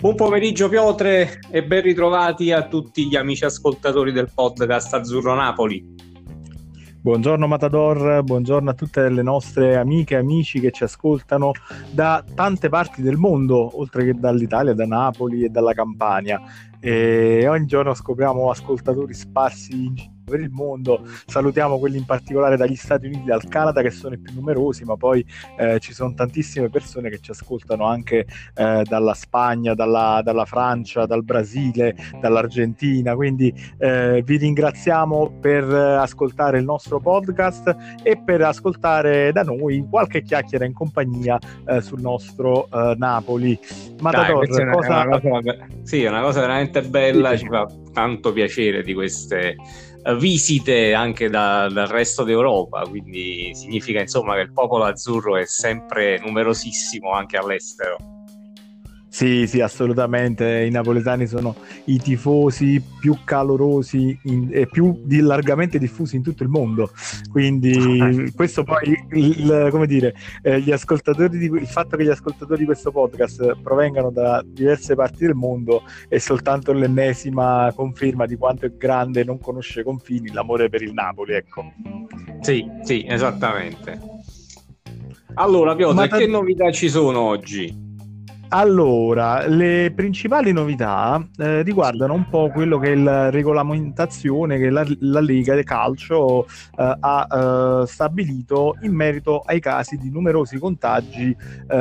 Buon pomeriggio Piotre e ben ritrovati a tutti gli amici ascoltatori del podcast Azzurro Napoli. Buongiorno Matador, buongiorno a tutte le nostre amiche e amici che ci ascoltano da tante parti del mondo, oltre che dall'Italia, da Napoli e dalla Campania. E ogni giorno scopriamo ascoltatori sparsi in giro per il mondo. Salutiamo quelli in particolare dagli Stati Uniti, dal Canada, che sono i più numerosi, ma poi ci sono tantissime persone che ci ascoltano anche dalla Spagna, dalla Francia, dal Brasile, dall'Argentina. Quindi vi ringraziamo per ascoltare il nostro podcast e per ascoltare da noi qualche chiacchiera in compagnia sul nostro Napoli. Matador, Dai, è una cosa veramente bella, ci fa tanto piacere di queste visite anche dal resto d'Europa, quindi significa insomma che il popolo azzurro è sempre numerosissimo anche all'estero. Sì, assolutamente. I napoletani sono i tifosi più calorosi e più largamente diffusi in tutto il mondo. Quindi questo poi, gli ascoltatori il fatto che gli ascoltatori di questo podcast provengano da diverse parti del mondo è soltanto l'ennesima conferma di quanto è grande, non conosce confini, l'amore per il Napoli, ecco. Sì, esattamente. Allora, Piotr, che novità ci sono oggi? Allora, le principali novità riguardano un po' quello che è la regolamentazione che la Lega del Calcio ha stabilito in merito ai casi di numerosi contagi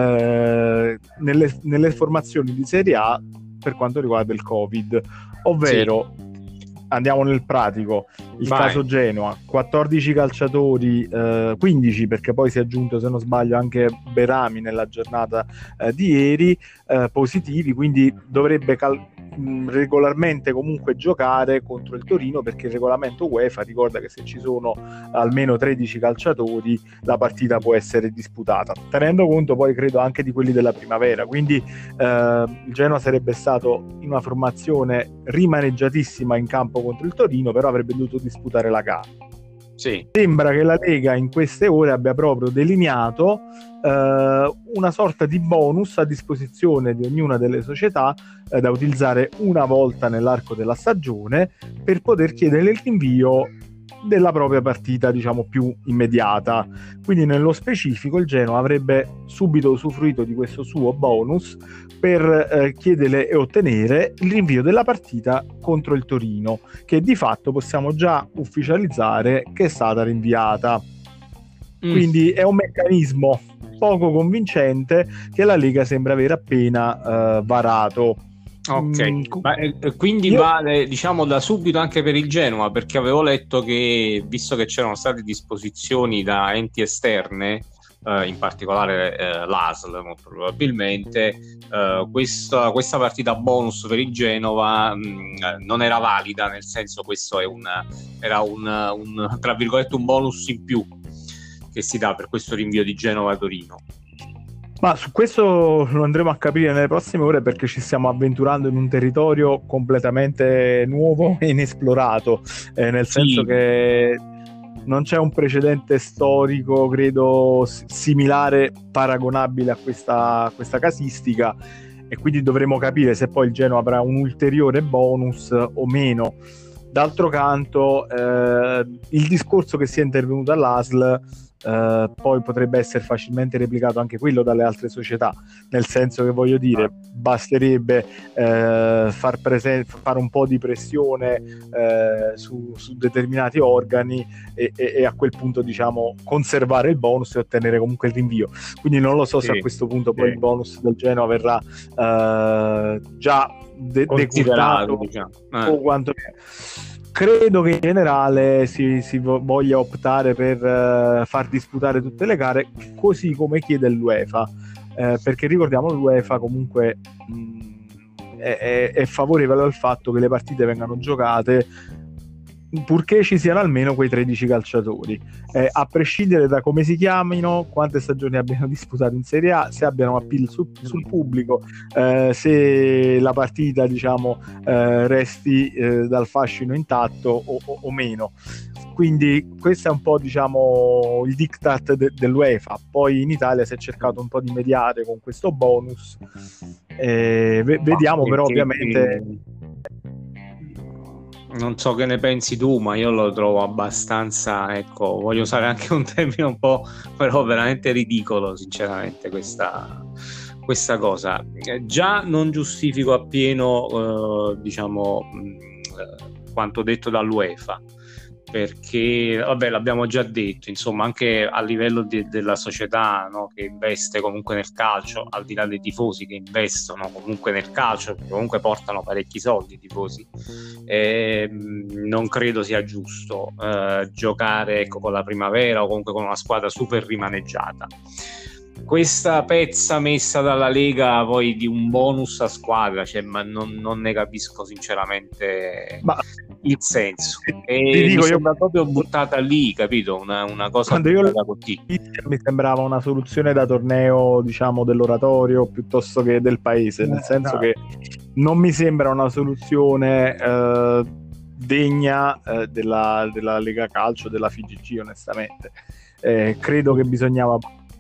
nelle formazioni di Serie A per quanto riguarda il Covid, ovvero andiamo nel pratico. Caso Genoa, 14 calciatori, 15 perché poi si è aggiunto, se non sbaglio, anche Berami nella giornata di ieri, positivi, quindi dovrebbe regolarmente comunque giocare contro il Torino, perché il regolamento UEFA ricorda che se ci sono almeno 13 calciatori la partita può essere disputata, tenendo conto poi credo anche di quelli della primavera, quindi il Genoa sarebbe stato in una formazione rimaneggiatissima in campo contro il Torino, però avrebbe dovuto disputare la gara. Sembra che la Lega in queste ore abbia proprio delineato una sorta di bonus a disposizione di ognuna delle società da utilizzare una volta nell'arco della stagione per poter chiedere il rinvio della propria partita, diciamo, più immediata. Quindi nello specifico il Genoa avrebbe subito usufruito di questo suo bonus per chiedere e ottenere il rinvio della partita contro il Torino, che di fatto possiamo già ufficializzare che è stata rinviata. Quindi è un meccanismo poco convincente che la Lega sembra aver appena varato. Quindi vale, diciamo, da subito anche per il Genoa, perché avevo letto che, visto che c'erano state disposizioni da enti esterne, in particolare l'ASL molto probabilmente, questa partita bonus per il Genova non era valida, nel senso questo era un tra virgolette un bonus in più che si dà per questo rinvio di Genova-Torino. Ma su questo lo andremo a capire nelle prossime ore, perché ci stiamo avventurando in un territorio completamente nuovo e inesplorato, nel senso che non c'è un precedente storico, credo, similare, paragonabile a questa casistica, e quindi dovremo capire se poi il Genoa avrà un ulteriore bonus o meno. D'altro canto, il discorso che sia intervenuto all'ASL poi potrebbe essere facilmente replicato anche quello dalle altre società, nel senso che, voglio dire, basterebbe fare un po' di pressione su determinati organi e a quel punto, diciamo, conservare il bonus e ottenere comunque il rinvio. Quindi non lo so se a questo punto poi il bonus del Genoa verrà già decurtato, diciamo. O quanto credo che in generale si voglia optare per far disputare tutte le gare, così come chiede l'UEFA, perché ricordiamo l'UEFA comunque è favorevole al fatto che le partite vengano giocate purché ci siano almeno quei 13 calciatori, a prescindere da come si chiamino, quante stagioni abbiano disputato in Serie A, se abbiano appeal sul pubblico, se la partita, diciamo, resti dal fascino intatto o meno. Quindi questo è un po', diciamo, il diktat dell'UEFA. Poi in Italia si è cercato un po' di mediare con questo bonus, vediamo, però ovviamente non so che ne pensi tu, ma io lo trovo abbastanza, ecco, voglio usare anche un termine un po', però veramente ridicolo, sinceramente, questa cosa. Già non giustifico appieno, diciamo, quanto detto dall'UEFA, perché, vabbè, l'abbiamo già detto, insomma, anche a livello della società, no, che investe comunque nel calcio, al di là dei tifosi che investono comunque nel calcio, che comunque portano parecchi soldi i tifosi, non credo sia giusto giocare, ecco, con la Primavera o comunque con una squadra super rimaneggiata. Questa pezza messa dalla Lega poi di un bonus a squadra, cioè, ma non ne capisco sinceramente il senso, e mi sembra proprio buttata lì, capito? Una cosa buttata così. Mi sembrava una soluzione da torneo, diciamo, dell'oratorio piuttosto che del paese, nel senso che non mi sembra una soluzione degna della Lega Calcio, della FIGC, onestamente. Credo che bisognava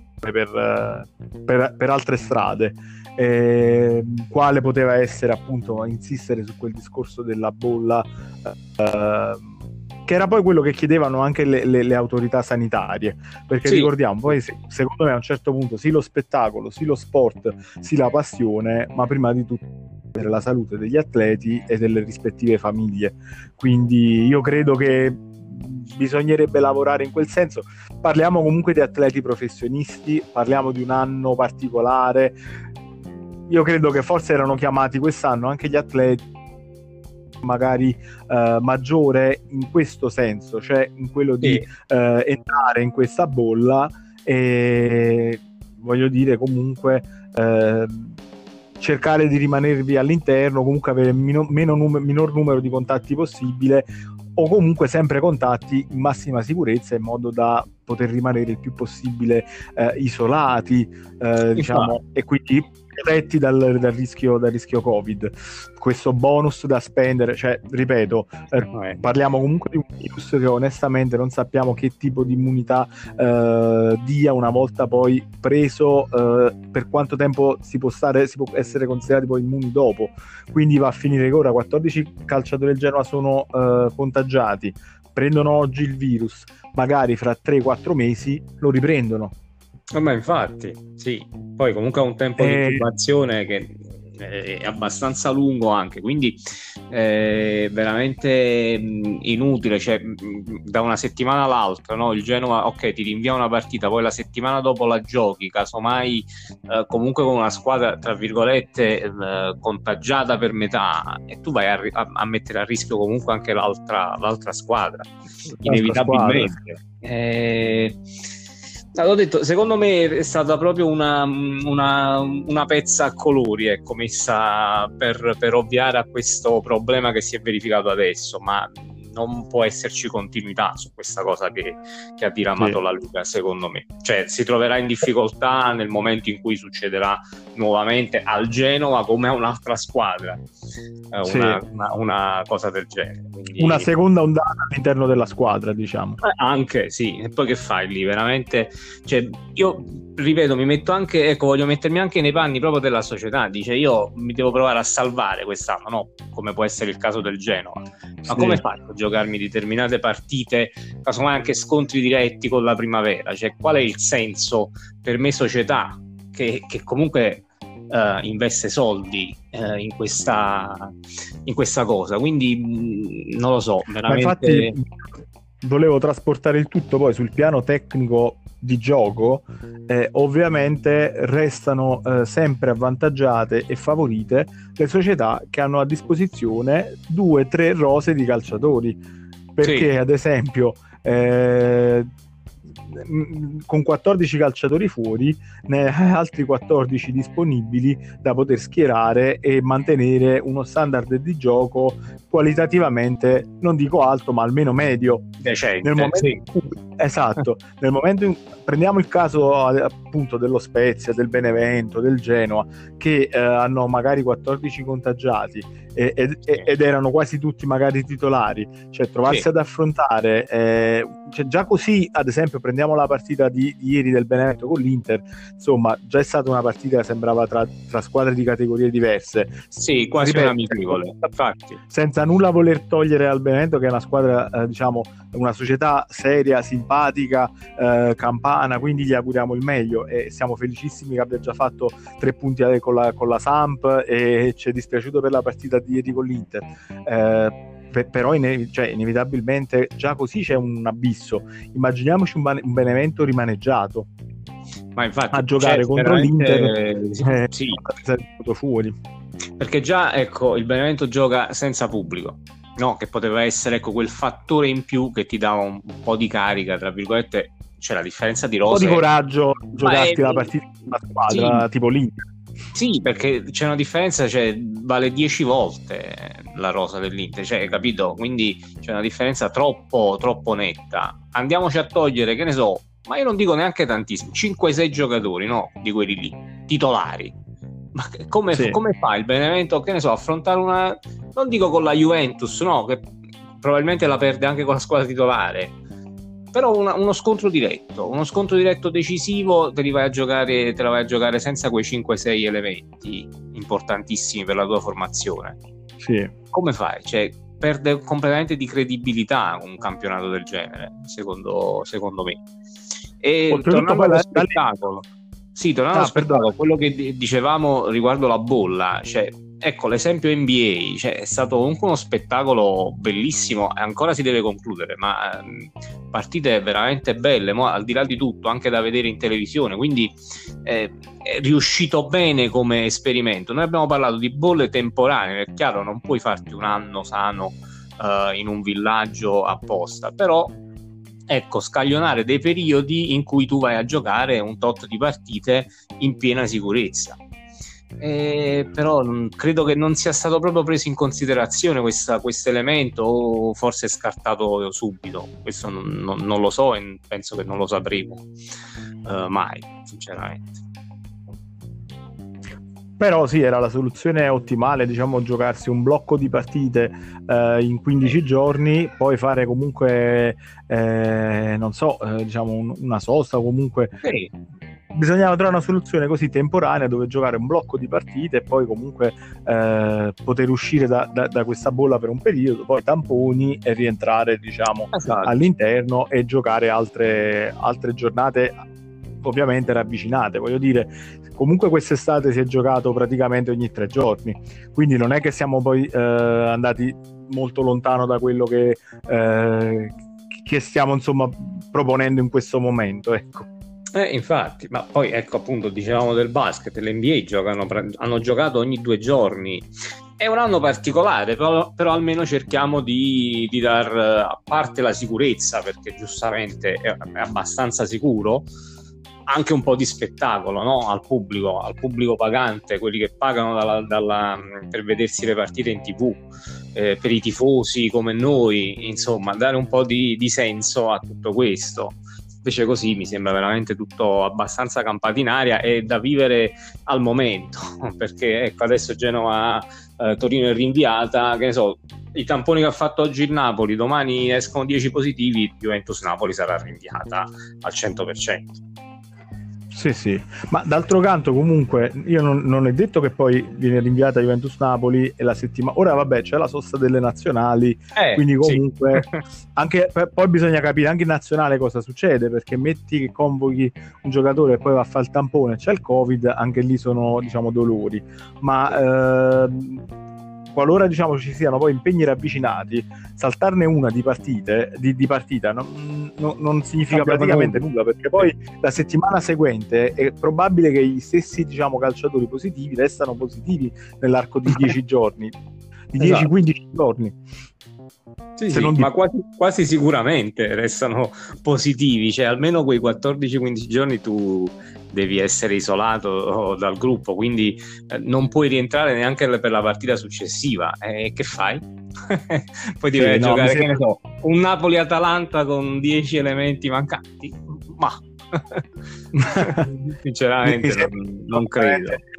per altre strade, quale poteva essere appunto insistere su quel discorso della bolla, che era poi quello che chiedevano anche le autorità sanitarie, perché ricordiamo poi, secondo me a un certo punto, sì lo spettacolo, sì lo sport, sì la passione, ma prima di tutto per la salute degli atleti e delle rispettive famiglie. Quindi io credo che bisognerebbe lavorare in quel senso. Parliamo comunque di atleti professionisti, parliamo di un anno particolare. Io credo che forse erano chiamati quest'anno anche gli atleti magari maggiore in questo senso, cioè in quello di entrare in questa bolla e, voglio dire, comunque cercare di rimanervi all'interno, comunque avere minor numero di contatti possibile, o comunque sempre contatti in massima sicurezza, in modo da poter rimanere il più possibile isolati, diciamo, e quindi protetti dal rischio Covid. Questo bonus da spendere, cioè, ripeto, parliamo comunque di un virus che onestamente non sappiamo che tipo di immunità dia una volta poi preso, per quanto tempo si può essere considerati poi immuni dopo. Quindi va a finire che ora 14 calciatori del Genoa sono contagiati, prendono oggi il virus, magari fra 3-4 mesi lo riprendono. Ma infatti, sì, poi comunque ha un tempo di incubazione che è abbastanza lungo anche, quindi veramente inutile, cioè, da una settimana all'altra, no? Il Genoa, ok, ti rinvia una partita, poi la settimana dopo la giochi, casomai comunque con una squadra tra virgolette contagiata per metà, e tu vai a mettere a rischio comunque anche l'altra squadra, inevitabilmente. L'ho detto, secondo me è stata proprio una pezza a colori, ecco, messa per ovviare a questo problema che si è verificato adesso, ma non può esserci continuità su questa cosa che ha diramato la Lega, secondo me. Cioè, si troverà in difficoltà nel momento in cui succederà nuovamente al Genova come a un'altra squadra una cosa del genere. Quindi, una seconda ondata all'interno della squadra, diciamo. Anche, sì. E poi che fai lì? Veramente, cioè, io ripeto, mi metto anche, ecco, voglio mettermi anche nei panni proprio della società. Dice, io mi devo provare a salvare quest'anno, no? Come può essere il caso del Genova. Ma come faccio a giocarmi determinate partite, casomai anche scontri diretti con la Primavera? Cioè, qual è il senso per me società che comunque investe soldi in questa cosa? Quindi non lo so, veramente. Ma infatti volevo trasportare il tutto poi sul piano tecnico di gioco. Ovviamente restano sempre avvantaggiate e favorite le società che hanno a disposizione 2-3 rose di calciatori, perché ad esempio con 14 calciatori fuori, ne hai altri 14 disponibili da poter schierare e mantenere uno standard di gioco qualitativamente, non dico alto, ma almeno medio. Decente, esatto. Nel momento in cui prendiamo il caso appunto dello Spezia, del Benevento, del Genoa, che hanno magari 14 contagiati ed erano quasi tutti magari titolari, cioè trovarsi ad affrontare cioè già così, ad esempio prendiamo la partita di ieri del Benevento con l'Inter, insomma già è stata una partita che sembrava tra squadre di categorie diverse, sì, quasi un amichevole, infatti, senza nulla voler togliere al Benevento, che è una squadra diciamo una società seria, simpatica, campana, quindi gli auguriamo il meglio e siamo felicissimi che abbia già fatto 3 punti con la Samp, e ci è dispiaciuto per la partita di ieri con l'Inter, però inevitabilmente già così c'è un abisso. Immaginiamoci un Benevento rimaneggiato, ma infatti a giocare contro l'Inter, sì. È fuori, perché già ecco il Benevento gioca senza pubblico, no? Che poteva essere ecco quel fattore in più che ti dava un po' di carica, tra virgolette. C'è la differenza di rose, un po' di coraggio giocarti la partita di una squadra, sì, tipo l'Inter. Sì, perché c'è una differenza, cioè vale 10 volte la rosa dell'Inter, cioè, capito? Quindi c'è una differenza troppo netta. Andiamoci a togliere, che ne so, ma io non dico neanche tantissimi, 5-6 giocatori, no? Di quelli lì, titolari. Ma come fa il Benevento, che ne so, affrontare una, non dico con la Juventus, no? Che probabilmente la perde anche con la squadra titolare, però uno scontro diretto decisivo te la vai a giocare senza quei 5-6 elementi importantissimi per la tua formazione. Sì. Come fai? Cioè, perde completamente di credibilità un campionato del genere, secondo me. E tornando allo spettacolo, spettacolo, quello che dicevamo riguardo la bolla, cioè ecco l'esempio NBA, cioè, è stato comunque uno spettacolo bellissimo e ancora si deve concludere, ma partite veramente belle, al di là di tutto, anche da vedere in televisione, quindi è riuscito bene come esperimento. Noi abbiamo parlato di bolle temporanee, è chiaro, non puoi farti un anno sano in un villaggio apposta, però ecco, scaglionare dei periodi in cui tu vai a giocare un tot di partite in piena sicurezza. Però credo che non sia stato proprio preso in considerazione questo elemento, o forse scartato subito. Questo non lo so e penso che non lo sapremo mai, sinceramente. Però sì, era la soluzione ottimale, diciamo, giocarsi un blocco di partite in 15 giorni, poi fare comunque diciamo una sosta, o comunque bisognava trovare una soluzione così temporanea dove giocare un blocco di partite e poi comunque poter uscire da questa bolla per un periodo, poi tamponi e rientrare, diciamo, all'interno e giocare altre giornate ovviamente ravvicinate. Voglio dire, comunque quest'estate si è giocato praticamente ogni 3 giorni, quindi non è che siamo poi andati molto lontano da quello che stiamo insomma proponendo in questo momento, ecco. Infatti, ma poi ecco, appunto, dicevamo del basket, l'NBA hanno giocato ogni 2 giorni. È un anno particolare, però almeno cerchiamo di dar, a parte la sicurezza, perché giustamente è abbastanza sicuro, anche un po' di spettacolo, no? Al pubblico pagante, quelli che pagano per vedersi le partite in TV, per i tifosi come noi, insomma, dare un po' di senso a tutto questo. Invece così mi sembra veramente tutto abbastanza campato in aria e da vivere al momento, perché ecco, adesso Genova Torino è rinviata, che ne so, i tamponi che ha fatto oggi il Napoli, domani escono 10 positivi, Juventus Napoli sarà rinviata al 100%. Sì, ma d'altro canto comunque io non è detto che poi viene rinviata Juventus Napoli e la settimana, ora vabbè c'è la sosta delle nazionali, quindi comunque anche poi bisogna capire anche in nazionale cosa succede, perché metti che convochi un giocatore e poi va a fare il tampone, c'è il Covid, anche lì sono, diciamo, dolori, ma qualora, diciamo, ci siano poi impegni ravvicinati, saltarne una di partita non significa praticamente nulla, perché poi la settimana seguente è probabile che gli stessi, diciamo, calciatori positivi restano positivi nell'arco di 10 giorni, di 10-15 giorni. Ma quasi sicuramente restano positivi, cioè almeno quei 14-15 giorni tu devi essere isolato dal gruppo, quindi non puoi rientrare neanche per la partita successiva. Che fai? Poi devi giocare, che ne so, un Napoli-Atalanta con 10 elementi mancanti? Ma sinceramente non credo.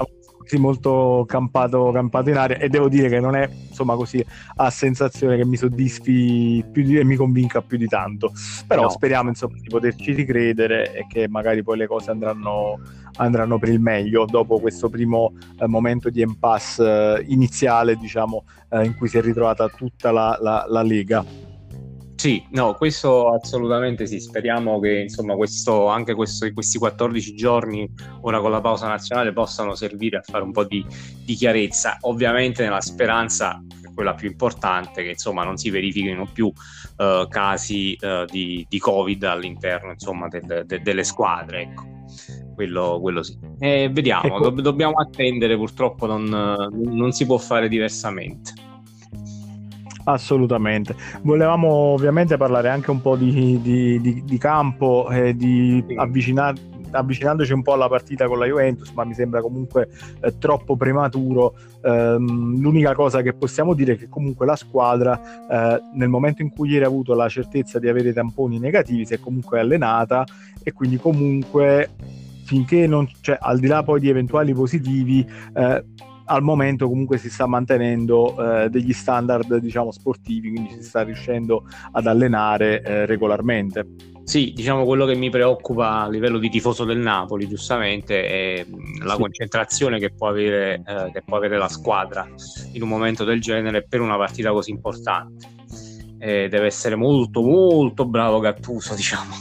sì, molto campato in aria, e devo dire che non è, insomma, così a sensazione che mi soddisfi più e mi convinca più di tanto, però No. speriamo, insomma, di poterci ricredere e che magari poi le cose andranno per il meglio dopo questo primo momento di impasse iniziale, diciamo, in cui si è ritrovata tutta la Lega. Sì, no, questo assolutamente sì. Speriamo che insomma questi 14 giorni ora con la pausa nazionale possano servire a fare un po' di chiarezza, ovviamente nella speranza, che è quella più importante, che insomma non si verifichino più casi di Covid all'interno, insomma, delle squadre, ecco. Quello sì. Vediamo, Ecco. dobbiamo attendere, purtroppo non si può fare diversamente. Assolutamente. Volevamo ovviamente parlare anche un po' di campo, Sì. avvicinandoci un po' alla partita con la Juventus, ma mi sembra comunque troppo prematuro. L'unica cosa che possiamo dire è che comunque la squadra, nel momento in cui ieri ha avuto la certezza di avere tamponi negativi, si è comunque allenata, e quindi comunque finché non c'è, al di là poi di eventuali positivi, al momento comunque si sta mantenendo degli standard, diciamo, sportivi, quindi si sta riuscendo ad allenare regolarmente. Sì, diciamo, quello che mi preoccupa a livello di tifoso del Napoli, giustamente, è la concentrazione che può avere la squadra in un momento del genere per una partita così importante. Deve essere molto molto bravo Gattuso, diciamo,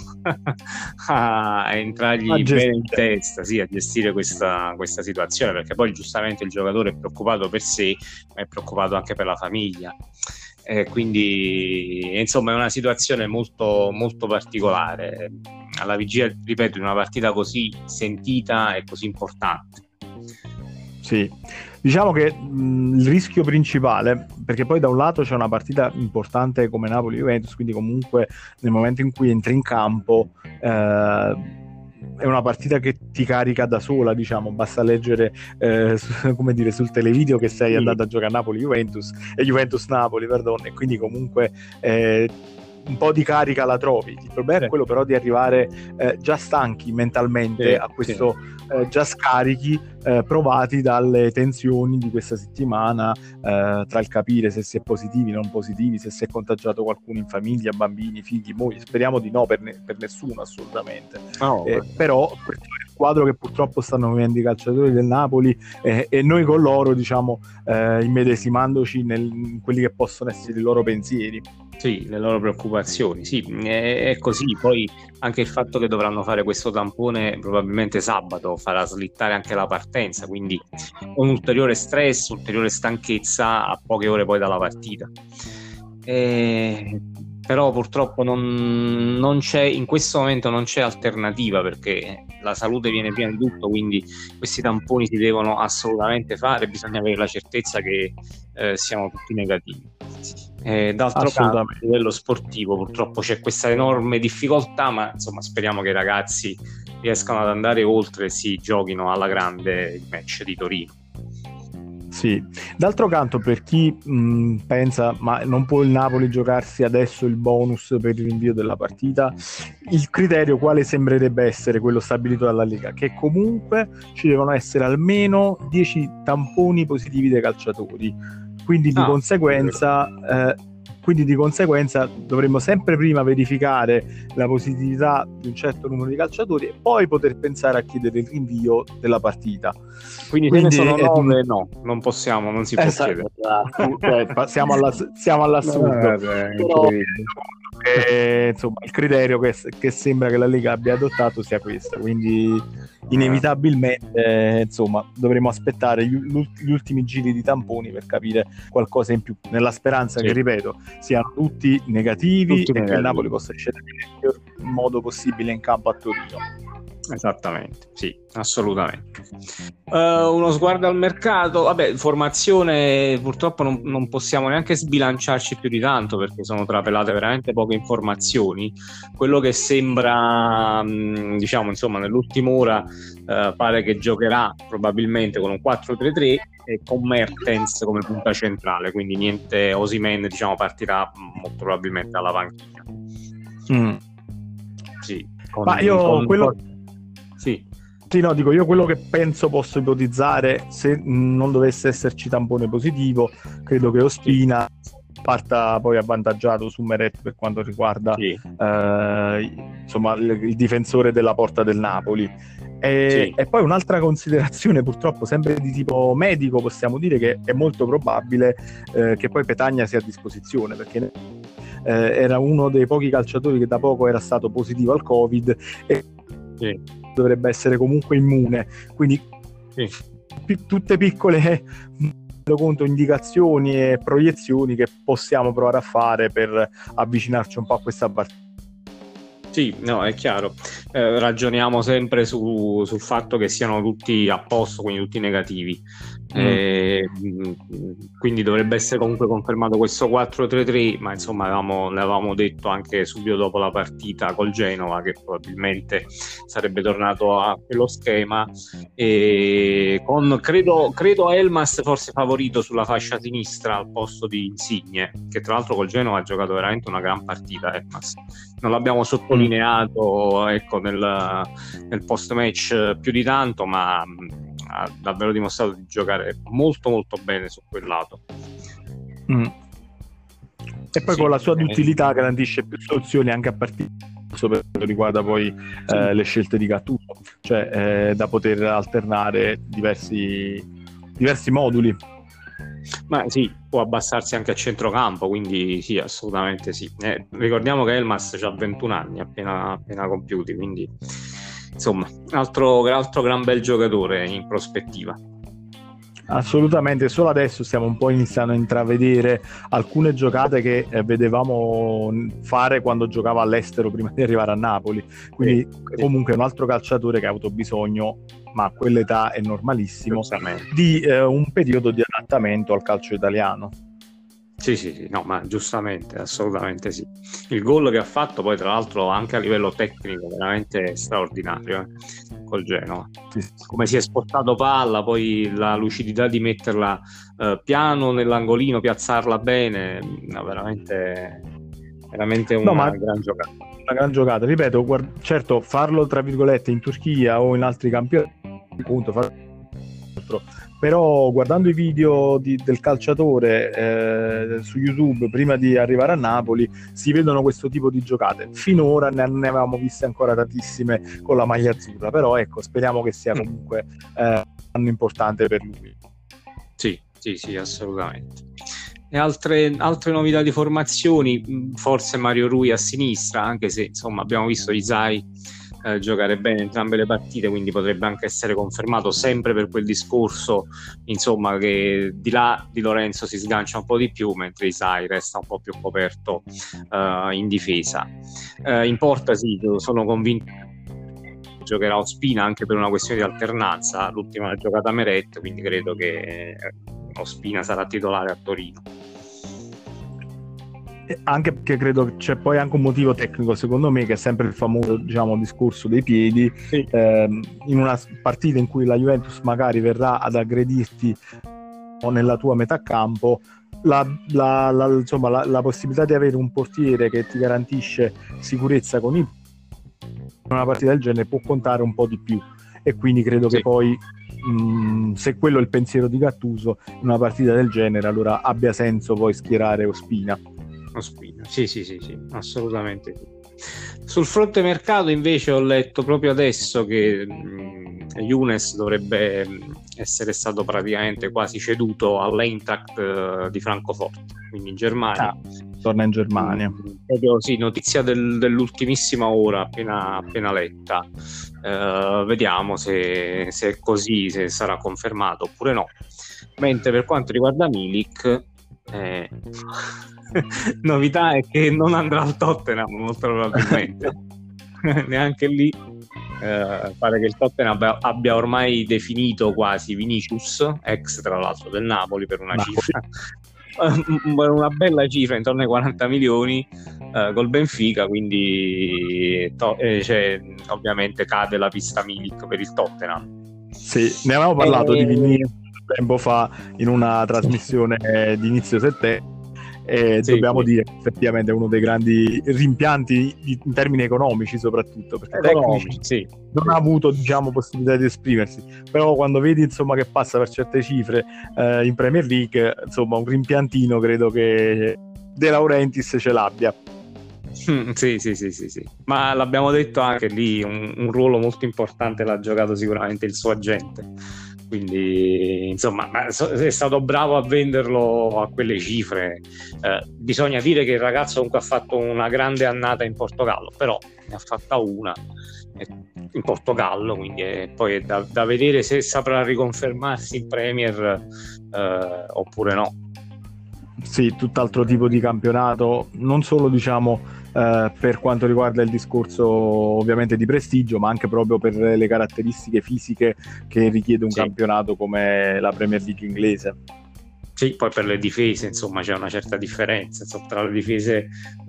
a entrargli bene in testa, sì, a gestire questa situazione, perché poi giustamente il giocatore è preoccupato per sé, ma è preoccupato anche per la famiglia. Quindi insomma è una situazione molto molto particolare alla vigilia, ripeto, di una partita così sentita e così importante. Sì, diciamo che il rischio principale, perché poi da un lato c'è una partita importante come Napoli-Juventus, quindi comunque nel momento in cui entri in campo è una partita che ti carica da sola, diciamo, basta leggere come dire, sul televideo che sei andato a giocare a Napoli-Juventus e Juventus-Napoli, perdono, e quindi comunque un po' di carica la trovi. Il problema è quello però di arrivare già stanchi mentalmente a questo già scarichi provati dalle tensioni di questa settimana, tra il capire se si è positivi, non positivi, se si è contagiato qualcuno in famiglia, bambini, figli, mogli. Speriamo di no per nessuno, assolutamente. Però questo è il quadro che purtroppo stanno vivendo i calciatori del Napoli, e noi con loro, diciamo, immedesimandoci in quelli che possono essere i loro pensieri. Sì, le loro preoccupazioni, sì, è così. Poi anche il fatto che dovranno fare questo tampone probabilmente sabato farà slittare anche la partenza, quindi un ulteriore stress, ulteriore stanchezza a poche ore poi dalla partita. Però purtroppo non c'è, in questo momento non c'è alternativa, perché la salute viene prima di tutto, quindi questi tamponi si devono assolutamente fare, bisogna avere la certezza che siano tutti negativi. D'altro canto, a livello sportivo purtroppo c'è questa enorme difficoltà, ma insomma speriamo che i ragazzi riescano ad andare oltre e si giochino alla grande il match di Torino. Sì, d'altro canto, per chi pensa ma non può il Napoli giocarsi adesso il bonus per il rinvio della partita, il criterio quale sembrerebbe essere quello stabilito dalla Lega? Che comunque ci devono essere almeno 10 tamponi positivi dei calciatori, quindi di conseguenza dovremmo sempre prima verificare la positività di un certo numero di calciatori e poi poter pensare a chiedere il rinvio della partita. Quindi se ne sono 9, no, non possiamo, non si può chiedere. Siamo all'assurdo. Insomma, il criterio che sembra che la Lega abbia adottato sia questo, quindi inevitabilmente insomma dovremo aspettare gli ultimi giri di tamponi per capire qualcosa in più, nella speranza che, ripeto, siano tutti negativi e che il Napoli possa scendere nel miglior modo possibile in campo a Torino. Esattamente, sì, assolutamente. Uno sguardo al mercato, vabbè, formazione purtroppo non possiamo neanche sbilanciarci più di tanto, perché sono trapelate veramente poche informazioni. Quello che sembra, diciamo, insomma, nell'ultima ora pare che giocherà probabilmente con un 4-3-3 e con Mertens come punta centrale, quindi niente Osimhen, diciamo, partirà molto probabilmente alla panchina. Sì, ma io quello... Sì. Sì, no, dico io quello che penso posso ipotizzare, se non dovesse esserci tampone positivo, credo che Ospina parta poi avvantaggiato su Meret per quanto riguarda insomma il difensore della porta del Napoli. E poi un'altra considerazione, purtroppo sempre di tipo medico, possiamo dire che è molto probabile che poi Petagna sia a disposizione, perché era uno dei pochi calciatori che da poco era stato positivo al Covid e dovrebbe essere comunque immune, quindi tutte piccole conto indicazioni e proiezioni che possiamo provare a fare per avvicinarci un po' a questa partita. Sì, no, è chiaro. Ragioniamo sempre sul fatto che siano tutti a posto, quindi tutti negativi. Quindi dovrebbe essere comunque confermato questo 4-3-3, ma insomma ne avevamo detto anche subito dopo la partita col Genova che probabilmente sarebbe tornato a quello schema, e con credo Elmas forse favorito sulla fascia sinistra al posto di Insigne, che tra l'altro col Genova ha giocato veramente una gran partita. Elmas non l'abbiamo sottolineato, ecco, nel post match più di tanto, ma ha davvero dimostrato di giocare molto molto bene su quel lato. E poi con la sua duttilità garantisce più soluzioni anche a partire per quanto riguarda poi le scelte di Gattuso, cioè da poter alternare diversi moduli. Ma sì, può abbassarsi anche a centrocampo, quindi sì, assolutamente sì. Ricordiamo che Elmas ha 21 anni appena compiuti, quindi insomma, altro gran bel giocatore in prospettiva. Assolutamente, solo adesso stiamo un po' iniziando a intravedere alcune giocate che vedevamo fare quando giocava all'estero prima di arrivare a Napoli, quindi comunque è un altro calciatore che ha avuto bisogno, ma a quell'età è normalissimo, di un periodo di adattamento al calcio italiano. Sì, no, ma giustamente, assolutamente sì. Il gol che ha fatto poi, tra l'altro, anche a livello tecnico, veramente straordinario, col Genoa. Sì. Come si è spostato palla, poi la lucidità di metterla piano nell'angolino, piazzarla bene, no, veramente una gran giocata. Una gran giocata, ripeto, certo, farlo tra virgolette in Turchia o in altri campionati, appunto, però guardando i video del calciatore su YouTube prima di arrivare a Napoli si vedono questo tipo di giocate. Finora ne avevamo viste ancora tantissime con la maglia azzurra, però ecco, speriamo che sia comunque un anno importante per lui. Sì, assolutamente. E altre novità di formazioni, forse Mario Rui a sinistra, anche se insomma abbiamo visto Isai giocare bene entrambe le partite, quindi potrebbe anche essere confermato, sempre per quel discorso insomma che di là di Lorenzo si sgancia un po' di più, mentre Isai resta un po' più coperto in difesa. In porta sì, sono convinto giocherà Ospina anche per una questione di alternanza, l'ultima giocata Meret, quindi credo che Ospina sarà titolare a Torino. Anche perché credo che c'è poi anche un motivo tecnico, secondo me, che è sempre il famoso, diciamo, discorso dei piedi. Sì. In una partita in cui la Juventus magari verrà ad aggredirti nella tua metà campo, la possibilità di avere un portiere che ti garantisce sicurezza con in una partita del genere può contare un po' di più, e quindi credo che poi se quello è il pensiero di Gattuso in una partita del genere, allora abbia senso poi schierare Ospina. Sì, assolutamente sì. Sul fronte mercato invece ho letto proprio adesso che Younes dovrebbe essere stato praticamente quasi ceduto all'Eintracht di Francoforte, quindi in Germania. Torna in Germania. Proprio sì, notizia dell'ultimissima ora appena letta. Vediamo se è così, se sarà confermato oppure no. Mentre per quanto riguarda Milik, novità è che non andrà al Tottenham molto probabilmente. Neanche lì pare che il Tottenham abbia ormai definito quasi Vinicius, ex tra l'altro del Napoli, per una cifra una bella cifra intorno ai 40 milioni col Benfica, quindi ovviamente cade la pista Milik per il Tottenham. Sì, ne avevamo parlato di Vinicius tempo fa in una trasmissione di inizio settembre, e Sì, dobbiamo sì. dire che effettivamente è uno dei grandi rimpianti in termini economici, soprattutto perché Economici, tecnici sì. non ha avuto, diciamo, possibilità di esprimersi, però quando vedi insomma che passa per certe cifre in Premier League, insomma un rimpiantino credo che De Laurentiis ce l'abbia. Sì, sì, sì, sì, sì. Ma l'abbiamo detto anche lì, un ruolo molto importante l'ha giocato sicuramente il suo agente. Quindi, insomma, è stato bravo a venderlo a quelle cifre. Bisogna dire che il ragazzo comunque ha fatto una grande annata in Portogallo, però ne ha fatta una in Portogallo, quindi poi è da vedere se saprà riconfermarsi in Premier oppure no. Sì, tutt'altro tipo di campionato, non solo diciamo per quanto riguarda il discorso ovviamente di prestigio, ma anche proprio per le caratteristiche fisiche che richiede un Sì. campionato come la Premier League inglese. Sì, poi per le difese, insomma, c'è una certa differenza, insomma, tra le difese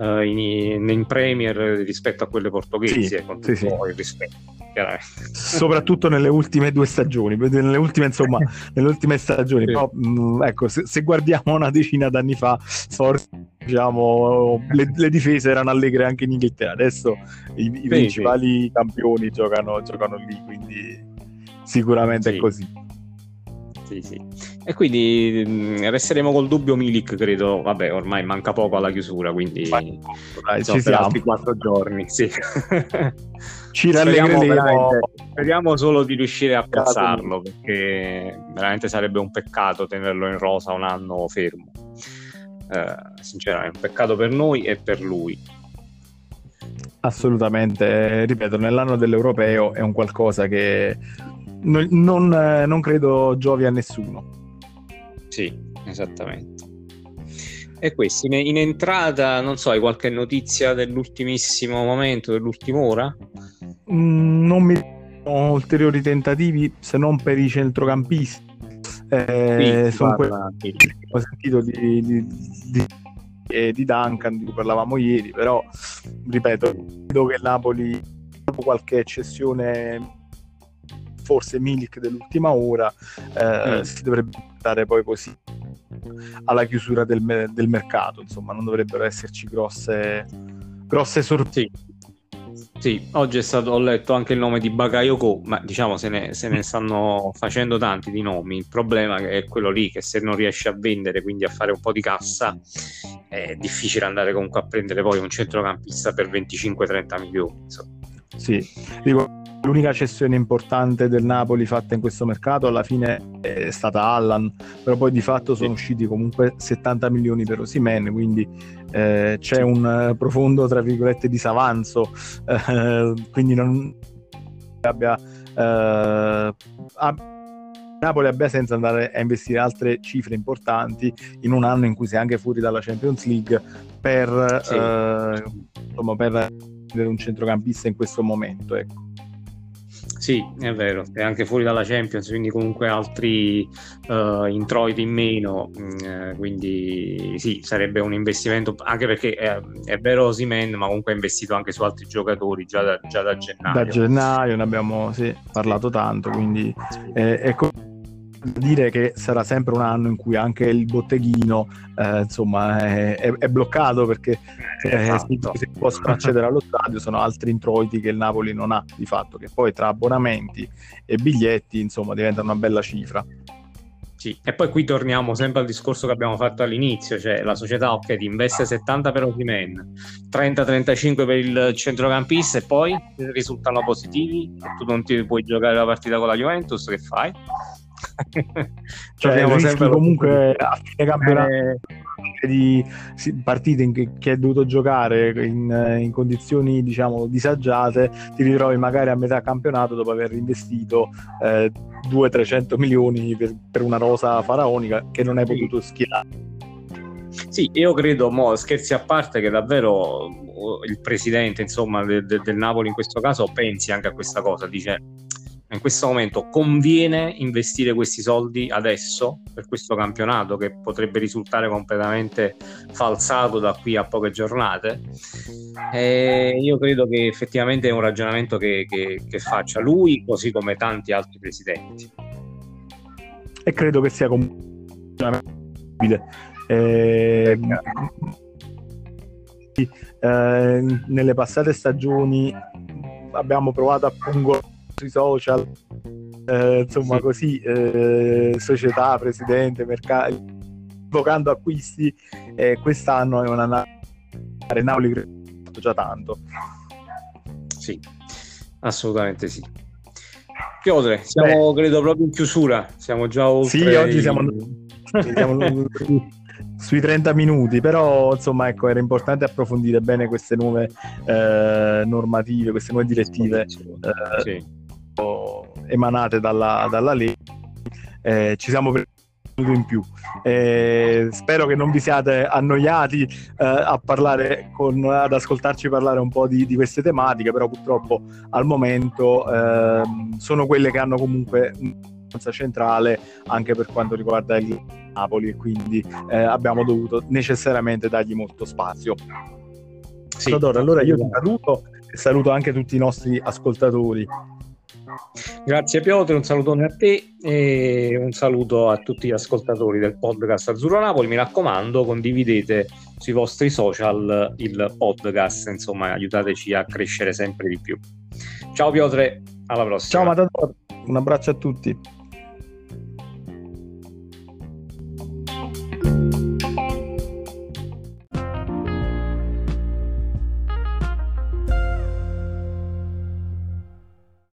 in Premier rispetto a quelle portoghesi, Sì, con sì, tutto sì. il rispetto, chiaramente. Soprattutto nelle ultime 2 stagioni, nelle ultime stagioni. Sì. Però, ecco, se guardiamo una decina d'anni fa, forse diciamo, le difese erano allegre anche in Inghilterra. Adesso i Sì, principali campioni giocano lì, quindi sicuramente è sì, così. sì, sì. E quindi resteremo col dubbio Milik, credo. Vabbè, ormai manca poco alla chiusura, quindi Dai, insomma, ci per siamo. altri 4 giorni. Sì. Ci Speriamo rallegreremo. speriamo solo di riuscire a piazzarlo, perché veramente sarebbe un peccato tenerlo in rosa un anno fermo. Sinceramente, un peccato per noi e per lui. Assolutamente, ripeto, nell'anno dell'Europeo è un qualcosa che non credo giovi a nessuno. Sì, esattamente. E questo in entrata, non so, hai qualche notizia dell'ultimissimo momento, dell'ultima ora? Non mi sono ulteriori tentativi se non per i centrocampisti. Sì, Sono parla. quelli che ho sentito di Duncan, di cui parlavamo ieri, però ripeto, credo che il Napoli, dopo qualche eccessione, forse Milik dell'ultima ora, si dovrebbe dare poi così alla chiusura del mercato, insomma non dovrebbero esserci grosse sorprese. Sì, oggi ho letto anche il nome di Bakayoko, ma diciamo se ne stanno facendo tanti di nomi. Il problema è quello lì, che se non riesci a vendere, quindi a fare un po' di cassa, è difficile andare comunque a prendere poi un centrocampista per 25-30 milioni. Insomma. Sì, dico, l'unica cessione importante del Napoli fatta in questo mercato alla fine è stata Allan, però poi di fatto sono usciti comunque 70 milioni per Osimhen, quindi c'è un profondo, tra virgolette, disavanzo, quindi non abbia Napoli abbia senza andare a investire altre cifre importanti in un anno in cui sei anche fuori dalla Champions League per insomma, per avere un centrocampista in questo momento, ecco. Sì, è vero, è anche fuori dalla Champions, quindi comunque altri introiti in meno, quindi sì, sarebbe un investimento, anche perché è vero Osimhen, ma comunque ha investito anche su altri giocatori già da gennaio. Da gennaio ne abbiamo parlato tanto, quindi ecco, dire che sarà sempre un anno in cui anche il botteghino insomma è bloccato, perché se possono accedere allo stadio sono altri introiti che il Napoli non ha di fatto, che poi tra abbonamenti e biglietti insomma diventa una bella cifra. Sì, e poi qui torniamo sempre al discorso che abbiamo fatto all'inizio, cioè la società ti investe 70 per Osimhen, 30-35 per il centrocampista, e poi risultano positivi e tu non ti puoi giocare la partita con la Juventus, che fai? Cioè rischi comunque a fine campionato di partite che hai dovuto giocare in condizioni diciamo disagiate, ti ritrovi magari a metà campionato dopo aver investito 200-300 milioni per una rosa faraonica che non hai potuto schierare. Sì, io credo, scherzi a parte, che davvero il presidente insomma del Napoli in questo caso pensi anche a questa cosa, dice in questo momento conviene investire questi soldi adesso per questo campionato che potrebbe risultare completamente falsato da qui a poche giornate. Io credo che effettivamente è un ragionamento che faccia lui, così come tanti altri presidenti. E credo che sia Nelle passate stagioni abbiamo provato a pungolare sui social, insomma Sì. così, società, presidente, mercati, invocando acquisti. Quest'anno è una Napoli credo già tanto. Sì, assolutamente sì. Piotre, siamo credo proprio in chiusura, siamo già oltre. Sì, oggi siamo sui 30 minuti, però insomma ecco, era importante approfondire bene queste nuove normative, queste nuove direttive emanate dalla legge. Ci siamo presi in più. Spero che non vi siate annoiati ad ascoltarci parlare un po' di queste tematiche, però purtroppo al momento sono quelle che hanno comunque un'importanza centrale anche per quanto riguarda il Napoli, e quindi abbiamo dovuto necessariamente dargli molto spazio. Sì, allora io ti saluto e saluto anche tutti i nostri ascoltatori. Grazie Piotr, un salutone a te e un saluto a tutti gli ascoltatori del podcast Azzurro Napoli. Mi raccomando, condividete sui vostri social il podcast, insomma aiutateci a crescere sempre di più. Ciao Piotr, alla prossima. Ciao Matador, un abbraccio a tutti.